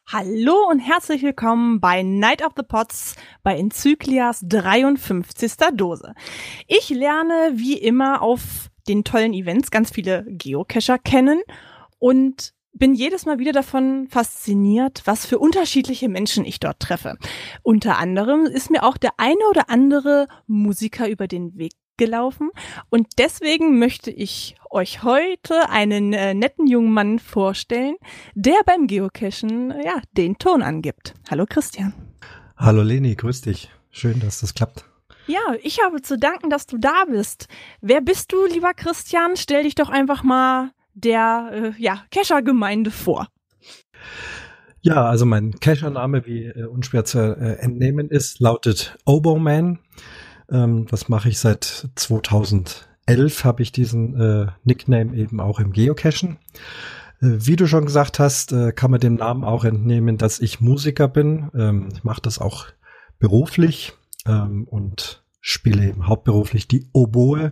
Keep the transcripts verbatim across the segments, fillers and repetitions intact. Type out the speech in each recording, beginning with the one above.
Hallo und herzlich willkommen bei Night of the Pots bei Enzyklias dreiundfünfzigster Dose. Ich lerne wie immer auf den tollen Events ganz viele Geocacher kennen und bin jedes Mal wieder davon fasziniert, was für unterschiedliche Menschen ich dort treffe. Unter anderem ist mir auch der eine oder andere Musiker über den Weg gelaufen und deswegen möchte ich euch heute einen äh, netten jungen Mann vorstellen, der beim Geocachen äh, ja den Ton angibt. Hallo Christian. Hallo Leni, grüß dich. Schön, dass das klappt. Ja, ich habe zu danken, dass du da bist. Wer bist du, lieber Christian? Stell dich doch einfach mal der äh, ja Cacher-Gemeinde vor. Ja, also mein Cachername, wie äh, unschwer zu äh, entnehmen ist, lautet Oboman. Ähm, das mache ich seit zweitausendelf, habe ich diesen äh, Nickname eben auch im Geocachen. Äh, wie du schon gesagt hast, äh, kann man dem Namen auch entnehmen, dass ich Musiker bin. Ähm, ich mache das auch beruflich ähm, und spiele eben hauptberuflich die Oboe.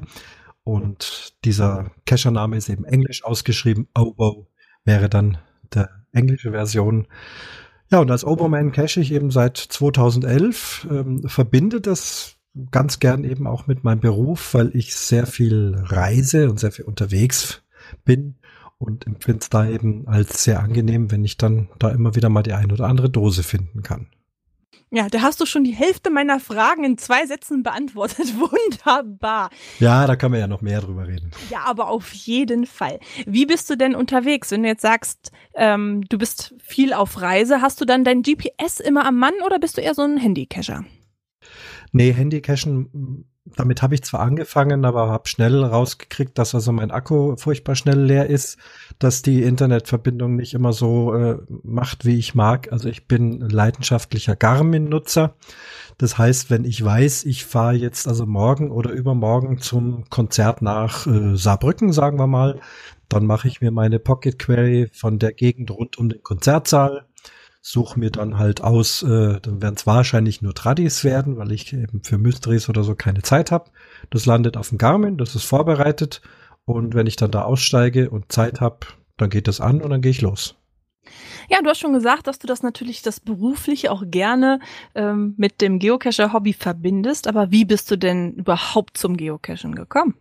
Und dieser Cachername ist eben englisch ausgeschrieben. Oboe wäre dann der englische Version. Ja, und als Oboman cache ich eben seit zweitausendelf, ähm, verbinde das ganz gern eben auch mit meinem Beruf, weil ich sehr viel reise und sehr viel unterwegs bin und empfinde es da eben als sehr angenehm, wenn ich dann da immer wieder mal die ein oder andere Dose finden kann. Ja, da hast du schon die Hälfte meiner Fragen in zwei Sätzen beantwortet. Wunderbar. Ja, da kann man ja noch mehr drüber reden. Ja, aber auf jeden Fall. Wie bist du denn unterwegs? Wenn du jetzt sagst, ähm, du bist viel auf Reise, hast du dann dein G P S immer am Mann oder bist du eher so ein Handycacher? Nee, Handycachen, damit habe ich zwar angefangen, aber habe schnell rausgekriegt, dass also mein Akku furchtbar schnell leer ist, dass die Internetverbindung nicht immer so äh, macht, wie ich mag. Also ich bin leidenschaftlicher Garmin-Nutzer. Das heißt, wenn ich weiß, ich fahre jetzt also morgen oder übermorgen zum Konzert nach äh, Saarbrücken, sagen wir mal, dann mache ich mir meine Pocket Query von der Gegend rund um den Konzertsaal, suche mir dann halt aus, äh, dann werden es wahrscheinlich nur Tradis werden, weil ich eben für Mysteries oder so keine Zeit habe. Das landet auf dem Garmin, das ist vorbereitet und wenn ich dann da aussteige und Zeit habe, dann geht das an und dann gehe ich los. Ja, du hast schon gesagt, dass du das natürlich das Berufliche auch gerne ähm, mit dem Geocacher-Hobby verbindest, aber wie bist du denn überhaupt zum Geocachen gekommen?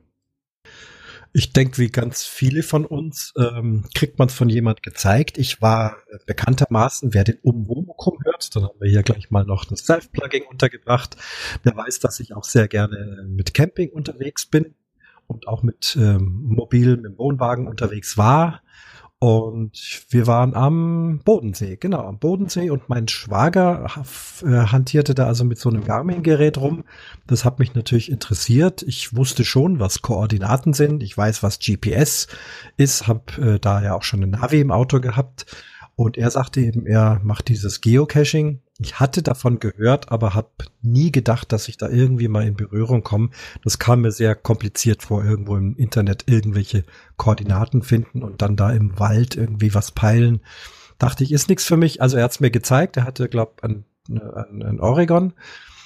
Ich denke, wie ganz viele von uns, ähm, kriegt man es von jemand gezeigt. Ich war äh, bekanntermaßen, wer den Umwomukum hört, dann haben wir hier gleich mal noch ein Self-Plugin untergebracht. Der weiß, dass ich auch sehr gerne mit Camping unterwegs bin und auch mit ähm, mobil, mit dem Wohnwagen unterwegs war. Und wir waren am Bodensee, genau, am Bodensee und mein Schwager äh, hantierte da also mit so einem Garmin-Gerät rum. Das hat mich natürlich interessiert. Ich wusste schon, was Koordinaten sind. Ich weiß, was G P S ist, habe äh, da ja auch schon ein Navi im Auto gehabt. Und er sagte eben, er macht dieses Geocaching. Ich hatte davon gehört, aber habe nie gedacht, dass ich da irgendwie mal in Berührung komme. Das kam mir sehr kompliziert vor, irgendwo im Internet irgendwelche Koordinaten finden und dann da im Wald irgendwie was peilen. Dachte ich, ist nichts für mich. Also er hat es mir gezeigt. Er hatte, glaube ich, ein, ein, ein Oregon.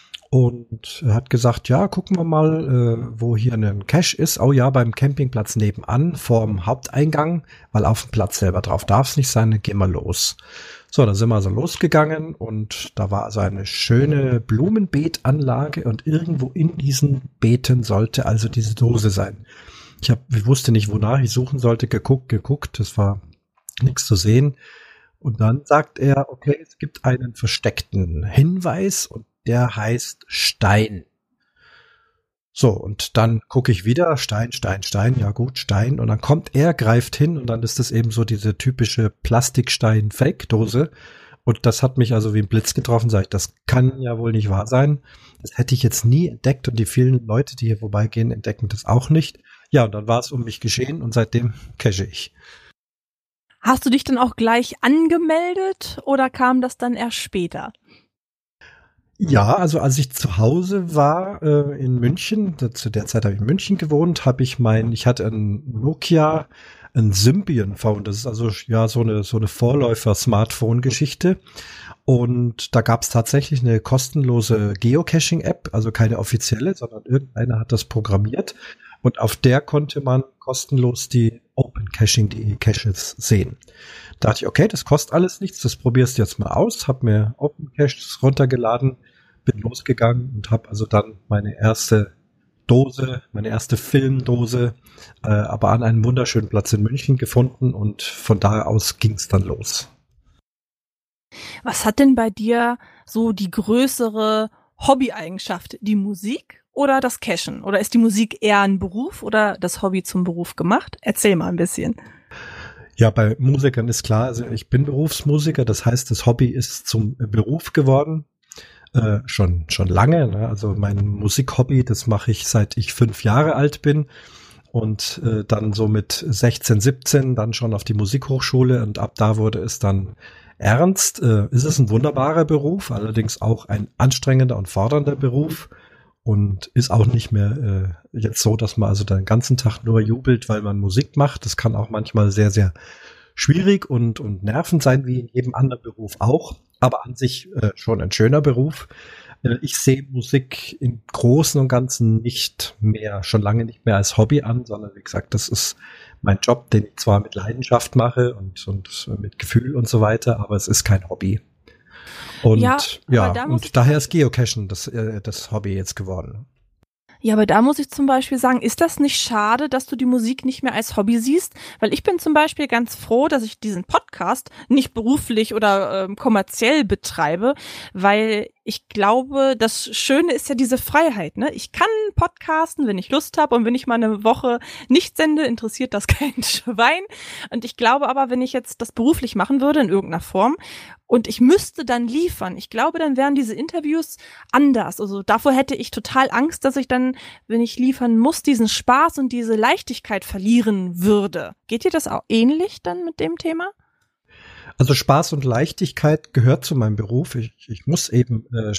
Und er hat gesagt, ja, gucken wir mal, äh, wo hier ein Cache ist. Oh ja, beim Campingplatz nebenan, vorm Haupteingang, weil auf dem Platz selber drauf darf es nicht sein, dann gehen wir los. So, dann sind wir also losgegangen und da war also eine schöne Blumenbeetanlage und irgendwo in diesen Beeten sollte also diese Dose sein. Ich, hab, ich wusste nicht, wonach ich suchen sollte, geguckt, geguckt, es war nichts zu sehen. Und dann sagt er, okay, es gibt einen versteckten Hinweis und der heißt Stein. So, und dann gucke ich wieder, Stein, Stein, Stein, ja gut, Stein. Und dann kommt er, greift hin und dann ist das eben so diese typische Plastikstein-Fake-Dose. Und das hat mich also wie ein Blitz getroffen, sage ich, das kann ja wohl nicht wahr sein. Das hätte ich jetzt nie entdeckt und die vielen Leute, die hier vorbeigehen, entdecken das auch nicht. Ja, und dann war es um mich geschehen und seitdem cache ich. Hast du dich dann auch gleich angemeldet oder kam das dann erst später? Ja, also als ich zu Hause war äh, in München, da, zu der Zeit habe ich in München gewohnt, habe ich mein, ich hatte ein Nokia, ein Symbian Phone, das ist also ja so eine so eine Vorläufer-Smartphone-Geschichte. Und da gab es tatsächlich eine kostenlose Geocaching-App, also keine offizielle, sondern irgendeiner hat das programmiert. Und auf der konnte man kostenlos die Open Caching punkt de Caches sehen. Da dachte ich, okay, das kostet alles nichts, das probierst du jetzt mal aus, habe mir OpenCaches runtergeladen, bin losgegangen und habe also dann meine erste Dose, meine erste Filmdose, äh, aber an einem wunderschönen Platz in München gefunden und von da aus ging es dann los. Was hat denn bei dir so die größere Hobby-Eigenschaft? Die Musik oder das Cachen? Oder ist die Musik eher ein Beruf oder das Hobby zum Beruf gemacht? Erzähl mal ein bisschen. Ja, bei Musikern ist klar, also ich bin Berufsmusiker, das heißt, das Hobby ist zum Beruf geworden. Äh, schon schon lange. Ne? Also mein Musikhobby, das mache ich seit ich fünf Jahre alt bin und äh, dann so mit sechzehn, siebzehn dann schon auf die Musikhochschule und ab da wurde es dann ernst. Äh, ist es ein wunderbarer Beruf, allerdings auch ein anstrengender und fordernder Beruf und ist auch nicht mehr äh, jetzt so, dass man also den ganzen Tag nur jubelt, weil man Musik macht. Das kann auch manchmal sehr, sehr schwierig und, und nervend sein, wie in jedem anderen Beruf auch. Aber an sich äh, schon ein schöner Beruf. Äh, ich sehe Musik im Großen und Ganzen nicht mehr, schon lange nicht mehr als Hobby an, sondern wie gesagt, das ist mein Job, den ich zwar mit Leidenschaft mache und, und mit Gefühl und so weiter, aber es ist kein Hobby. Und ja, ja da und daher ist Geocachen das, äh, das Hobby jetzt geworden. Ja, aber da muss ich zum Beispiel sagen, ist das nicht schade, dass du die Musik nicht mehr als Hobby siehst? Weil ich bin zum Beispiel ganz froh, dass ich diesen Podcast nicht beruflich oder ähm, kommerziell betreibe, weil ich glaube, das Schöne ist ja diese Freiheit, ne? Ich kann podcasten, wenn ich Lust habe und wenn ich mal eine Woche nicht sende, interessiert das kein Schwein. Und ich glaube aber, wenn ich jetzt das beruflich machen würde in irgendeiner Form und ich müsste dann liefern, ich glaube, dann wären diese Interviews anders. Also davor hätte ich total Angst, dass ich dann, wenn ich liefern muss, diesen Spaß und diese Leichtigkeit verlieren würde. Geht dir das auch ähnlich dann mit dem Thema? Also Spaß und Leichtigkeit gehört zu meinem Beruf. Ich, ich muss eben äh,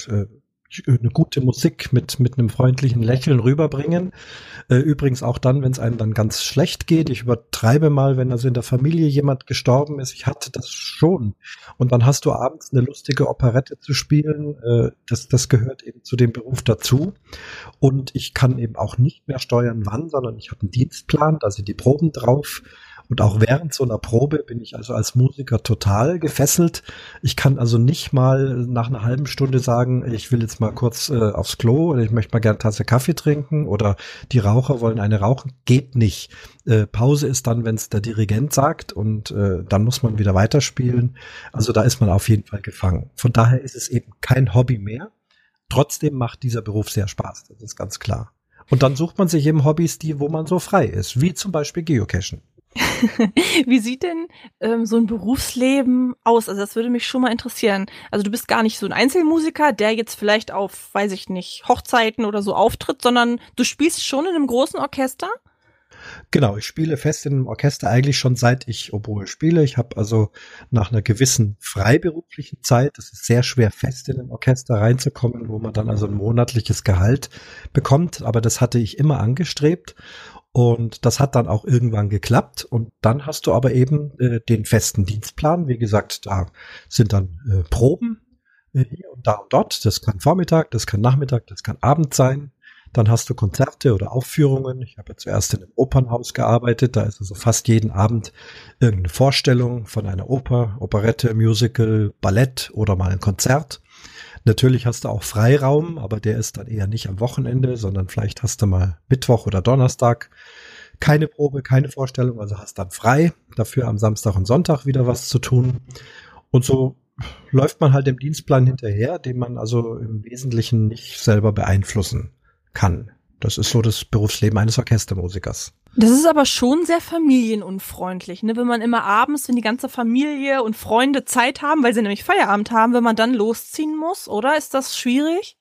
eine gute Musik mit mit einem freundlichen Lächeln rüberbringen. Äh, übrigens auch dann, wenn es einem dann ganz schlecht geht. Ich übertreibe mal, wenn also in der Familie jemand gestorben ist. Ich hatte das schon. Und dann hast du abends eine lustige Operette zu spielen. Äh, das das gehört eben zu dem Beruf dazu. Und ich kann eben auch nicht mehr steuern, wann, sondern ich habe einen Dienstplan. Da sind die Proben drauf. Und auch während so einer Probe bin ich also als Musiker total gefesselt. Ich kann also nicht mal nach einer halben Stunde sagen, ich will jetzt mal kurz äh, aufs Klo oder ich möchte mal gerne eine Tasse Kaffee trinken oder die Raucher wollen eine rauchen. Geht nicht. Äh, Pause ist dann, wenn es der Dirigent sagt und äh, dann muss man wieder weiterspielen. Also da ist man auf jeden Fall gefangen. Von daher ist es eben kein Hobby mehr. Trotzdem macht dieser Beruf sehr Spaß, das ist ganz klar. Und dann sucht man sich eben Hobbys, die, wo man so frei ist, wie zum Beispiel Geocachen. Wie sieht denn ähm, so ein Berufsleben aus? Also das würde mich schon mal interessieren. Also du bist gar nicht so ein Einzelmusiker, der jetzt vielleicht auf, weiß ich nicht, Hochzeiten oder so auftritt, sondern du spielst schon in einem großen Orchester? Genau, ich spiele fest in einem Orchester eigentlich schon seit ich Oboe spiele. Ich habe also nach einer gewissen freiberuflichen Zeit, es ist sehr schwer fest in ein Orchester reinzukommen, wo man dann also ein monatliches Gehalt bekommt, aber das hatte ich immer angestrebt. Und das hat dann auch irgendwann geklappt. Und dann hast du aber eben äh, den festen Dienstplan. Wie gesagt, da sind dann äh, Proben äh, hier und da und dort. Das kann Vormittag, das kann Nachmittag, das kann Abend sein. Dann hast du Konzerte oder Aufführungen. Ich habe ja zuerst in einem Opernhaus gearbeitet. Da ist also fast jeden Abend irgendeine Vorstellung von einer Oper, Operette, Musical, Ballett oder mal ein Konzert. Natürlich hast du auch Freiraum, aber der ist dann eher nicht am Wochenende, sondern vielleicht hast du mal Mittwoch oder Donnerstag keine Probe, keine Vorstellung, also hast dann frei, dafür am Samstag und Sonntag wieder was zu tun. Und so läuft man halt dem Dienstplan hinterher, den man also im Wesentlichen nicht selber beeinflussen kann. Das ist so das Berufsleben eines Orchestermusikers. Das ist aber schon sehr familienunfreundlich, ne? Wenn man immer abends, wenn die ganze Familie und Freunde Zeit haben, weil sie nämlich Feierabend haben, wenn man dann losziehen muss, oder? Ist das schwierig?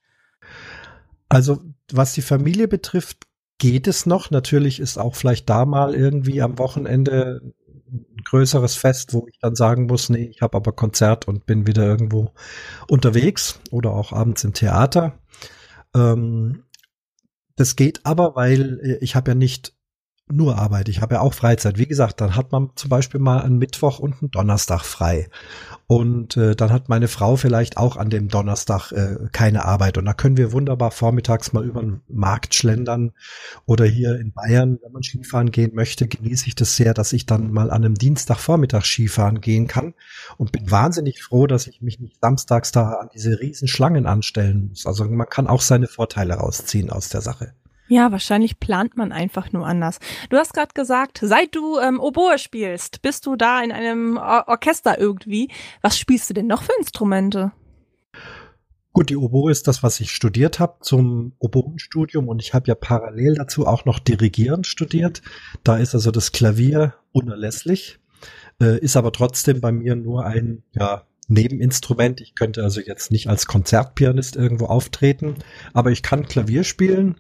Also, was die Familie betrifft, geht es noch. Natürlich ist auch vielleicht da mal irgendwie am Wochenende ein größeres Fest, wo ich dann sagen muss, nee, ich habe aber Konzert und bin wieder irgendwo unterwegs oder auch abends im Theater. Ähm, das geht aber, weil ich habe ja nicht nur Arbeit. Ich habe ja auch Freizeit. Wie gesagt, dann hat man zum Beispiel mal einen Mittwoch und einen Donnerstag frei. Und äh, dann hat meine Frau vielleicht auch an dem Donnerstag äh, keine Arbeit. Und da können wir wunderbar vormittags mal über den Markt schlendern. Oder hier in Bayern, wenn man Skifahren gehen möchte, genieße ich das sehr, dass ich dann mal an einem Dienstagvormittag Skifahren gehen kann. Und bin wahnsinnig froh, dass ich mich nicht samstags da an diese riesen Schlangen anstellen muss. Also man kann auch seine Vorteile rausziehen aus der Sache. Ja, wahrscheinlich plant man einfach nur anders. Du hast gerade gesagt, seit du ähm, Oboe spielst, bist du da in einem Or- Orchester irgendwie. Was spielst du denn noch für Instrumente? Gut, die Oboe ist das, was ich studiert habe zum Oboenstudium, und ich habe ja parallel dazu auch noch Dirigieren studiert. Da ist also das Klavier unerlässlich, äh, ist aber trotzdem bei mir nur ein, ja, Nebeninstrument. Ich könnte also jetzt nicht als Konzertpianist irgendwo auftreten, aber ich kann Klavier spielen.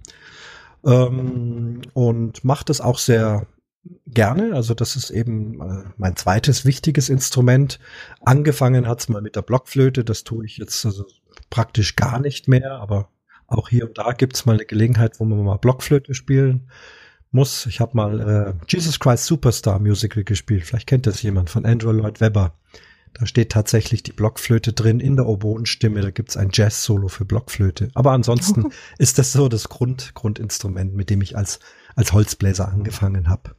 Ähm, und mache das auch sehr gerne. Also das ist eben äh, mein zweites wichtiges Instrument. Angefangen hat's mal mit der Blockflöte. Das tue ich jetzt also praktisch gar nicht mehr. Aber auch hier und da gibt's mal eine Gelegenheit, wo man mal Blockflöte spielen muss. Ich habe mal äh, Jesus Christ Superstar Musical gespielt. Vielleicht kennt das jemand, von Andrew Lloyd Webber. Da steht tatsächlich die Blockflöte drin in der Oboenstimme. Da gibt's ein Jazz-Solo für Blockflöte. Aber ansonsten oh. ist das so das Grund, Grundinstrument, mit dem ich als, als Holzbläser angefangen habe.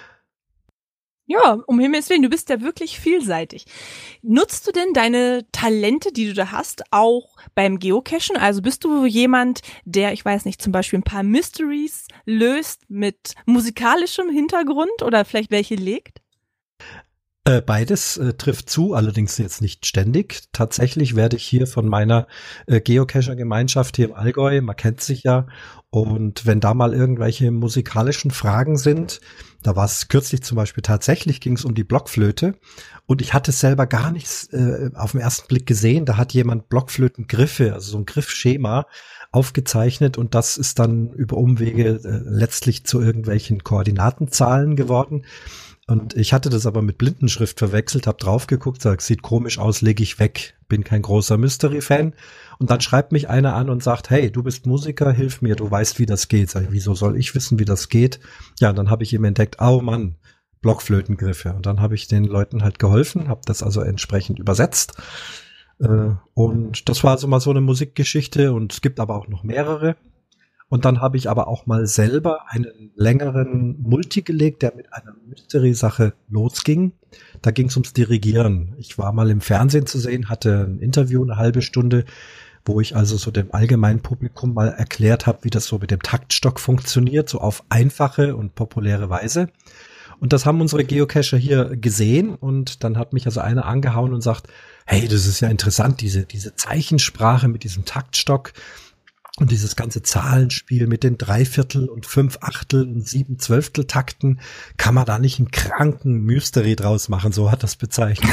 Ja, um Himmels Willen, du bist ja wirklich vielseitig. Nutzt du denn deine Talente, die du da hast, auch beim Geocachen? Also bist du jemand, der, ich weiß nicht, zum Beispiel ein paar Mysteries löst mit musikalischem Hintergrund oder vielleicht welche legt? Äh, beides äh, trifft zu, allerdings jetzt nicht ständig. Tatsächlich werde ich hier von meiner äh, Geocacher-Gemeinschaft hier im Allgäu, man kennt sich ja, und wenn da mal irgendwelche musikalischen Fragen sind, da war es kürzlich zum Beispiel tatsächlich, ging es um die Blockflöte, und ich hatte selber gar nichts äh, auf den ersten Blick gesehen. Da hat jemand Blockflötengriffe, also so ein Griffschema aufgezeichnet, und das ist dann über Umwege äh, letztlich zu irgendwelchen Koordinatenzahlen geworden. Und ich hatte das aber mit Blindenschrift verwechselt, habe drauf geguckt, sag, sieht komisch aus, lege ich weg, bin kein großer Mystery-Fan. Und dann schreibt mich einer an und sagt, hey, du bist Musiker, hilf mir, du weißt, wie das geht. Sag ich, wieso soll ich wissen, wie das geht? Ja, und dann habe ich ihm entdeckt, oh Mann, Blockflötengriffe. Und dann habe ich den Leuten halt geholfen, habe das also entsprechend übersetzt. Und das war also mal so eine Musikgeschichte, und es gibt aber auch noch mehrere. Und dann habe ich aber auch mal selber einen längeren Multi gelegt, der mit einer Mystery-Sache losging. Da ging es ums Dirigieren. Ich war mal im Fernsehen zu sehen, hatte ein Interview, eine halbe Stunde, wo ich also so dem allgemeinen Publikum mal erklärt habe, wie das so mit dem Taktstock funktioniert, so auf einfache und populäre Weise. Und das haben unsere Geocacher hier gesehen, und dann hat mich also einer angehauen und sagt, hey, das ist ja interessant, diese, diese Zeichensprache mit diesem Taktstock. Und dieses ganze Zahlenspiel mit den Dreiviertel und fünf Achtel und sieben Zwölftel Takten, kann man da nicht einen kranken Mystery draus machen, so hat das bezeichnet.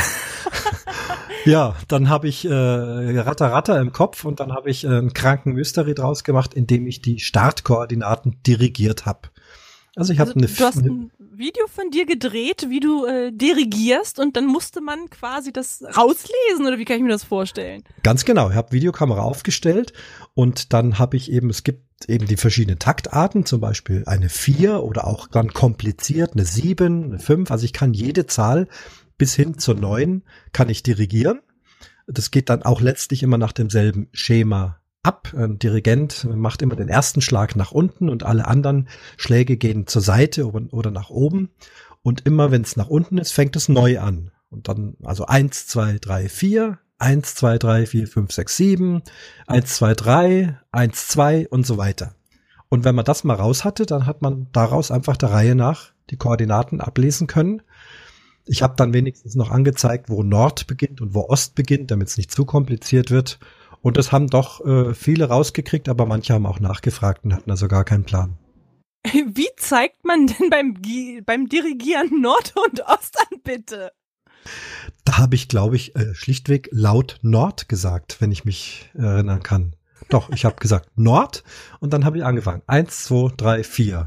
Ja, dann habe ich äh, Ratter Ratter im Kopf, und dann habe ich äh, einen kranken Mystery draus gemacht, indem ich die Startkoordinaten dirigiert habe. Also ich habe also, eine... Du hast ein Video von dir gedreht, wie du äh, dirigierst, und dann musste man quasi das rauslesen, oder wie kann ich mir das vorstellen? Ganz genau, ich habe Videokamera aufgestellt, und dann habe ich eben, es gibt eben die verschiedenen Taktarten, zum Beispiel eine vier oder auch dann kompliziert eine sieben, eine fünf, also ich kann jede Zahl bis hin zur neun kann ich dirigieren. Das geht dann auch letztlich immer nach demselben Schema ab. Ein Dirigent macht immer den ersten Schlag nach unten, und alle anderen Schläge gehen zur Seite oder nach oben. Und immer, wenn es nach unten ist, fängt es neu an. Und dann also eins, zwei, drei, vier, eins, zwei, drei, vier, fünf, sechs, sieben, eins, zwei, drei, eins, zwei und so weiter. Und wenn man das mal raus hatte, dann hat man daraus einfach der Reihe nach die Koordinaten ablesen können. Ich habe dann wenigstens noch angezeigt, wo Nord beginnt und wo Ost beginnt, damit es nicht zu kompliziert wird. Und das haben doch äh, viele rausgekriegt, aber manche haben auch nachgefragt und hatten also gar keinen Plan. Wie zeigt man denn beim, beim Dirigieren Nord und Ost an, bitte? Da habe ich, glaube ich, äh, schlichtweg laut Nord gesagt, wenn ich mich erinnern kann. Doch, ich habe gesagt Nord, und dann habe ich angefangen. Eins, zwei, drei, vier.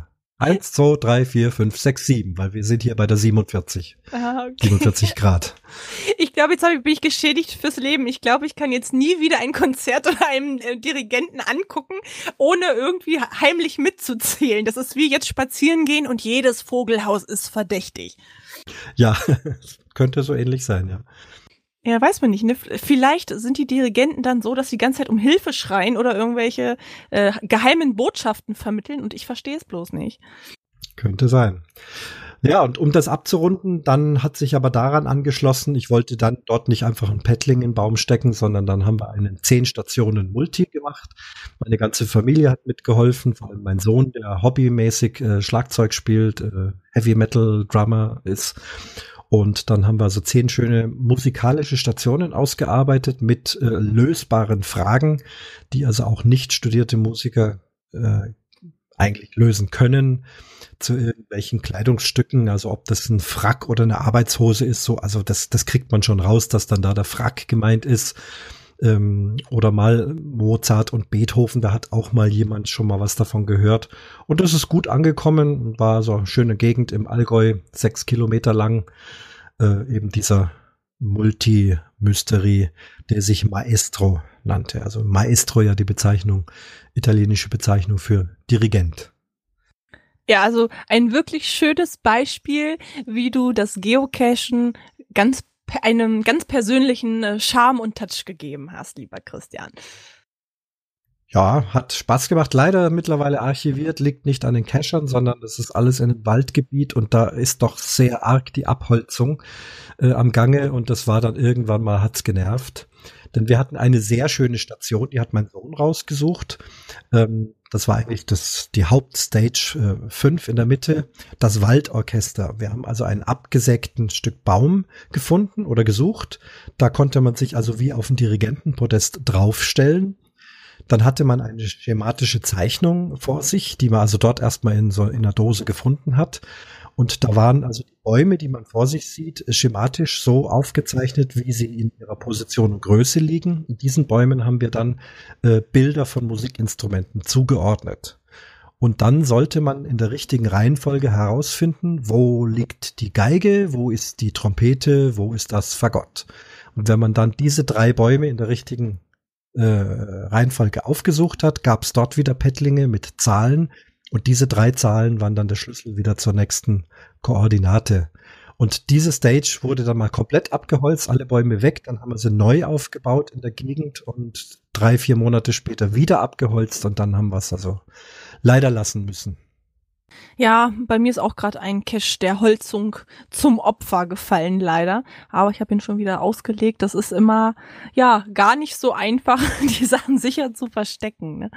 Eins, zwei, drei, vier, fünf, sechs, sieben, weil wir sind hier bei der siebenundvierzig. Ah, okay. siebenundvierzig Grad. Ich glaube, jetzt bin ich geschädigt fürs Leben. Ich glaube, ich kann jetzt nie wieder ein Konzert oder einen äh, Dirigenten angucken, ohne irgendwie heimlich mitzuzählen. Das ist wie jetzt spazieren gehen und jedes Vogelhaus ist verdächtig. Ja, könnte so ähnlich sein, ja. Ja, weiß man nicht, ne? Vielleicht sind die Dirigenten dann so, dass sie die ganze Zeit um Hilfe schreien oder irgendwelche äh, geheimen Botschaften vermitteln und ich verstehe es bloß nicht. Könnte sein. Ja, und um das abzurunden, dann hat sich aber daran angeschlossen, ich wollte dann dort nicht einfach ein Paddling in den Baum stecken, sondern dann haben wir einen zehn Stationen Multi gemacht. Meine ganze Familie hat mitgeholfen, vor allem mein Sohn, der hobbymäßig äh, Schlagzeug spielt, äh, Heavy Metal Drummer ist. Und dann haben wir so zehn schöne musikalische Stationen ausgearbeitet mit äh, lösbaren Fragen, die also auch nicht studierte Musiker äh, eigentlich lösen können, zu irgendwelchen Kleidungsstücken, also ob das ein Frack oder eine Arbeitshose ist, so, also das, das kriegt man schon raus, dass dann da der Frack gemeint ist. Ähm, oder mal Mozart und Beethoven, da hat auch mal jemand schon mal was davon gehört. Und das ist gut angekommen, war so eine schöne Gegend im Allgäu, sechs Kilometer lang, äh, eben dieser Multi-Mystery, der sich Maestro nannte. Also Maestro ja die Bezeichnung, italienische Bezeichnung für Dirigent. Ja, also ein wirklich schönes Beispiel, wie du das Geocachen ganz einem ganz persönlichen Charme und Touch gegeben hast, lieber Christian. Ja, hat Spaß gemacht. Leider mittlerweile archiviert, liegt nicht an den Cachern, sondern das ist alles in einem Waldgebiet und da ist doch sehr arg die Abholzung äh, am Gange und das war dann irgendwann mal, hat's genervt. Denn wir hatten eine sehr schöne Station, die hat mein Sohn rausgesucht. Ähm, das war eigentlich das, die Hauptstage fünf äh, in der Mitte, das Waldorchester. Wir haben also einen abgesägten Stück Baum gefunden oder gesucht. Da konnte man sich also wie auf dem Dirigentenpodest draufstellen. Dann hatte man eine schematische Zeichnung vor sich, die man also dort erstmal in so in einer Dose gefunden hat. Und da waren also die Bäume, die man vor sich sieht, schematisch so aufgezeichnet, wie sie in ihrer Position und Größe liegen. In diesen Bäumen haben wir dann äh, Bilder von Musikinstrumenten zugeordnet. Und dann sollte man in der richtigen Reihenfolge herausfinden, wo liegt die Geige, wo ist die Trompete, wo ist das Fagott. Und wenn man dann diese drei Bäume in der richtigen äh, Reihenfolge aufgesucht hat, gab es dort wieder Paddlinge mit Zahlen. Und diese drei Zahlen waren dann der Schlüssel wieder zur nächsten Koordinate. Und diese Stage wurde dann mal komplett abgeholzt, alle Bäume weg. Dann haben wir sie neu aufgebaut in der Gegend und drei, vier Monate später wieder abgeholzt. Und dann haben wir es also leider lassen müssen. Ja, bei mir ist auch gerade ein Cache der Holzung zum Opfer gefallen, leider. Aber ich habe ihn schon wieder ausgelegt. Das ist immer, ja, gar nicht so einfach, die Sachen sicher zu verstecken, ne?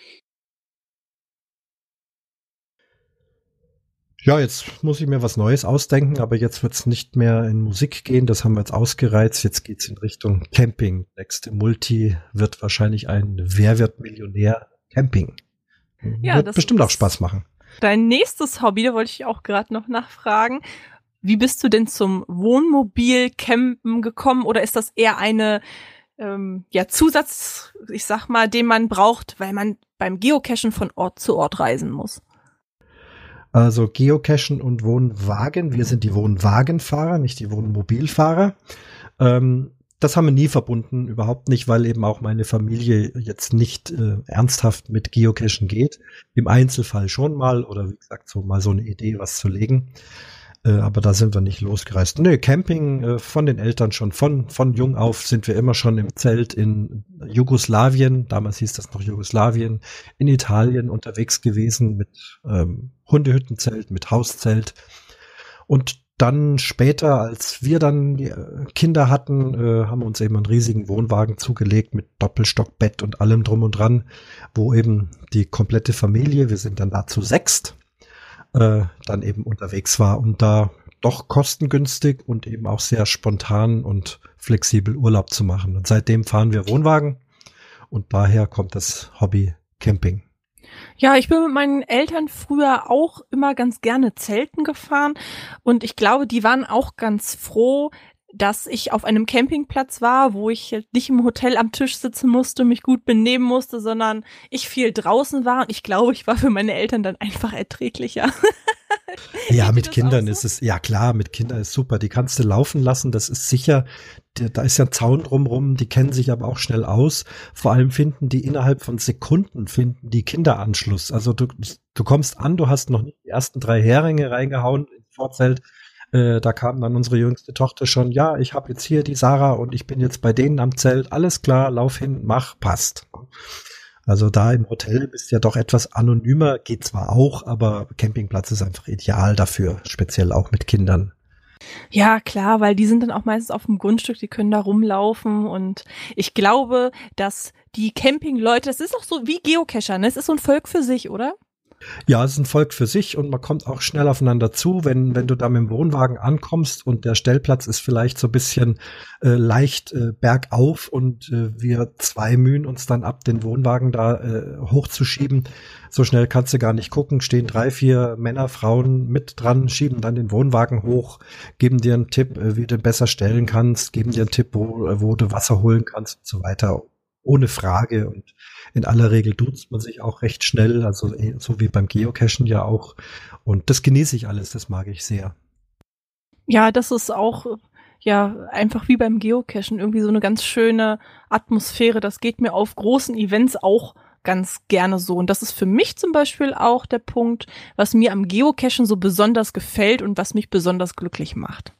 Ja, jetzt muss ich mir was Neues ausdenken, aber jetzt wird's nicht mehr in Musik gehen, das haben wir jetzt ausgereizt, jetzt geht's in Richtung Camping. Nächste Multi wird wahrscheinlich ein Wer wird Millionär Camping. Ja, wird das bestimmt auch Spaß machen. Dein nächstes Hobby, da wollte ich auch gerade noch nachfragen. Wie bist du denn zum Wohnmobil-Campen gekommen oder ist das eher eine ähm, ja Zusatz, ich sag mal, den man braucht, weil man beim Geocachen von Ort zu Ort reisen muss? Also Geocachen und Wohnwagen. Wir sind die Wohnwagenfahrer, nicht die Wohnmobilfahrer. Ähm, das haben wir nie verbunden, überhaupt nicht, weil eben auch meine Familie jetzt nicht äh, ernsthaft mit Geocachen geht. Im Einzelfall schon mal oder wie gesagt so mal so eine Idee, was zu legen. Äh, aber da sind wir nicht losgereist. Nö, Camping äh, von den Eltern schon. Von, von jung auf sind wir immer schon im Zelt in Jugoslawien, damals hieß das noch Jugoslawien, in Italien unterwegs gewesen mit ähm, Hundehüttenzelt, mit Hauszelt. Und dann später, als wir dann die Kinder hatten, äh, haben wir uns eben einen riesigen Wohnwagen zugelegt mit Doppelstockbett und allem drum und dran, wo eben die komplette Familie, wir sind dann da zu sechst, äh, dann eben unterwegs war und da doch kostengünstig und eben auch sehr spontan und flexibel Urlaub zu machen. Und seitdem fahren wir Wohnwagen und daher kommt das Hobby Camping. Ja, ich bin mit meinen Eltern früher auch immer ganz gerne Zelten gefahren und ich glaube, die waren auch ganz froh, dass ich auf einem Campingplatz war, wo ich nicht im Hotel am Tisch sitzen musste, mich gut benehmen musste, sondern ich viel draußen war. Und ich glaube, ich war für meine Eltern dann einfach erträglicher. Ja, mit Kindern so? Ist es, ja klar, mit Kindern ist super. Die kannst du laufen lassen, das ist sicher. Da ist ja ein Zaun drumrum, die kennen sich aber auch schnell aus. Vor allem finden die innerhalb von Sekunden, finden die Kinderanschluss. Also du, du kommst an, du hast noch nicht die ersten drei Heringe reingehauen ins Vorzelt. Äh, da kam dann unsere jüngste Tochter schon, ja, ich habe jetzt hier die Sarah und ich bin jetzt bei denen am Zelt. Alles klar, lauf hin, mach, passt. Also da im Hotel bist du ja doch etwas anonymer, geht zwar auch, aber Campingplatz ist einfach ideal dafür, speziell auch mit Kindern. Ja, klar, weil die sind dann auch meistens auf dem Grundstück, die können da rumlaufen und ich glaube, dass die Campingleute, das ist auch so wie Geocacher, ne? Es ist so ein Volk für sich, oder? Ja, es ist ein Volk für sich und man kommt auch schnell aufeinander zu, wenn wenn du da mit dem Wohnwagen ankommst und der Stellplatz ist vielleicht so ein bisschen äh, leicht äh, bergauf und äh, wir zwei mühen uns dann ab, den Wohnwagen da äh, hochzuschieben. So schnell kannst du gar nicht gucken, stehen drei, vier Männer, Frauen mit dran, schieben dann den Wohnwagen hoch, geben dir einen Tipp, äh, wie du besser stellen kannst, geben dir einen Tipp, wo, wo du Wasser holen kannst und so weiter. Ohne Frage und in aller Regel duzt man sich auch recht schnell, also so wie beim Geocachen ja auch und das genieße ich alles, das mag ich sehr. Ja, das ist auch ja einfach wie beim Geocachen irgendwie so eine ganz schöne Atmosphäre, das geht mir auf großen Events auch ganz gerne so und das ist für mich zum Beispiel auch der Punkt, was mir am Geocachen so besonders gefällt und was mich besonders glücklich macht.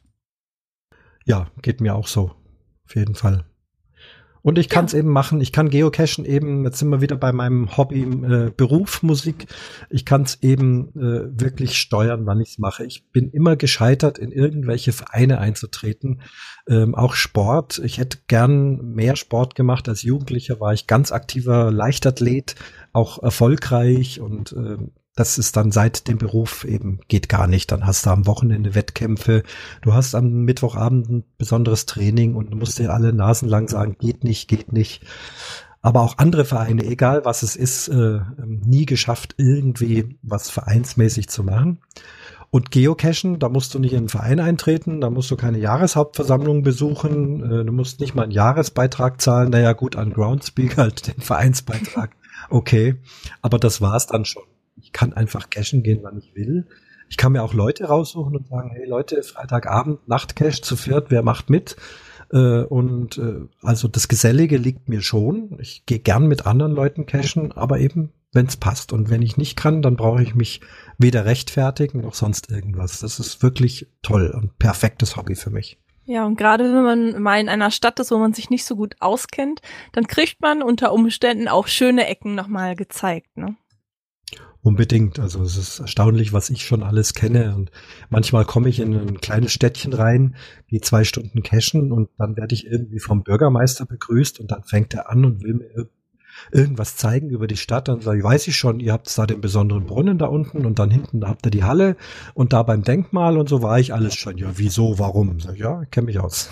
Ja, geht mir auch so, auf jeden Fall. Und ich kann es ja. eben machen, ich kann Geocachen eben, jetzt sind wir wieder bei meinem Hobby, äh, Beruf Musik, ich kann es eben äh, wirklich steuern, wann ich es mache. Ich bin immer gescheitert, in irgendwelche Vereine einzutreten, ähm, auch Sport. Ich hätte gern mehr Sport gemacht. Als Jugendlicher war ich ganz aktiver Leichtathlet, auch erfolgreich und äh, das ist dann seit dem Beruf eben geht gar nicht. Dann hast du am Wochenende Wettkämpfe, du hast am Mittwochabend ein besonderes Training und du musst dir alle Nasen lang sagen, geht nicht, geht nicht. Aber auch andere Vereine, egal was es ist, äh, nie geschafft, irgendwie was vereinsmäßig zu machen. Und Geocachen, da musst du nicht in einen Verein eintreten, da musst du keine Jahreshauptversammlung besuchen, äh, du musst nicht mal einen Jahresbeitrag zahlen. Naja gut, an Groundspeak halt den Vereinsbeitrag, okay, aber das war's dann schon. Ich kann einfach cashen gehen, wann ich will. Ich kann mir auch Leute raussuchen und sagen, hey Leute, Freitagabend, Nachtcash zu viert, wer macht mit? Äh, und äh, also das Gesellige liegt mir schon. Ich gehe gern mit anderen Leuten cashen, aber eben, wenn es passt. Und wenn ich nicht kann, dann brauche ich mich weder rechtfertigen noch sonst irgendwas. Das ist wirklich toll und perfektes Hobby für mich. Ja, und gerade wenn man mal in einer Stadt ist, wo man sich nicht so gut auskennt, dann kriegt man unter Umständen auch schöne Ecken nochmal gezeigt, ne? Unbedingt. Also es ist erstaunlich, was ich schon alles kenne. Und manchmal komme ich in ein kleines Städtchen rein, die zwei Stunden cashen und dann werde ich irgendwie vom Bürgermeister begrüßt und dann fängt er an und will mir ir- irgendwas zeigen über die Stadt. Dann sage ich, weiß ich schon, ihr habt da den besonderen Brunnen da unten und dann hinten da habt ihr die Halle und da beim Denkmal und so war ich alles schon. Ja, wieso, warum? Sag ich, ja, ich kenne mich aus.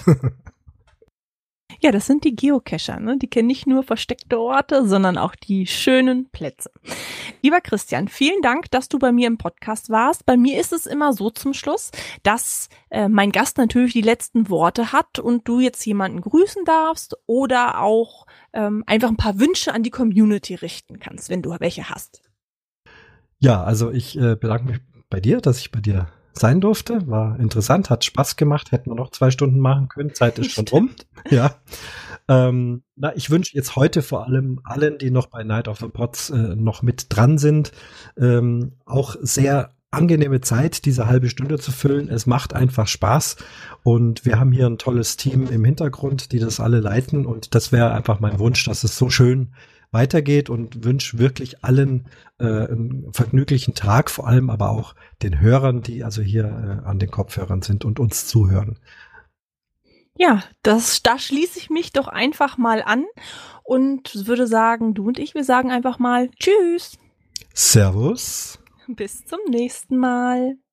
Ja, das sind die Geocacher, ne? Die kennen nicht nur versteckte Orte, sondern auch die schönen Plätze. Lieber Christian, vielen Dank, dass du bei mir im Podcast warst. Bei mir ist es immer so zum Schluss, dass äh, mein Gast natürlich die letzten Worte hat und du jetzt jemanden grüßen darfst oder auch ähm, einfach ein paar Wünsche an die Community richten kannst, wenn du welche hast. Ja, also ich äh, bedanke mich bei dir, dass ich bei dir sein durfte. War interessant, hat Spaß gemacht, hätten wir noch zwei Stunden machen können. Zeit ist schon rum. Ja. Ähm, na, ich wünsche jetzt heute vor allem allen, die noch bei Night of the Pots äh, noch mit dran sind, ähm, auch sehr angenehme Zeit, diese halbe Stunde zu füllen. Es macht einfach Spaß und wir haben hier ein tolles Team im Hintergrund, die das alle leiten und das wäre einfach mein Wunsch, dass es so schön weitergeht und wünsche wirklich allen äh, einen vergnüglichen Tag, vor allem aber auch den Hörern, die also hier äh, an den Kopfhörern sind und uns zuhören. Ja, das, da schließe ich mich doch einfach mal an und würde sagen, du und ich, wir sagen einfach mal Tschüss. Servus. Bis zum nächsten Mal.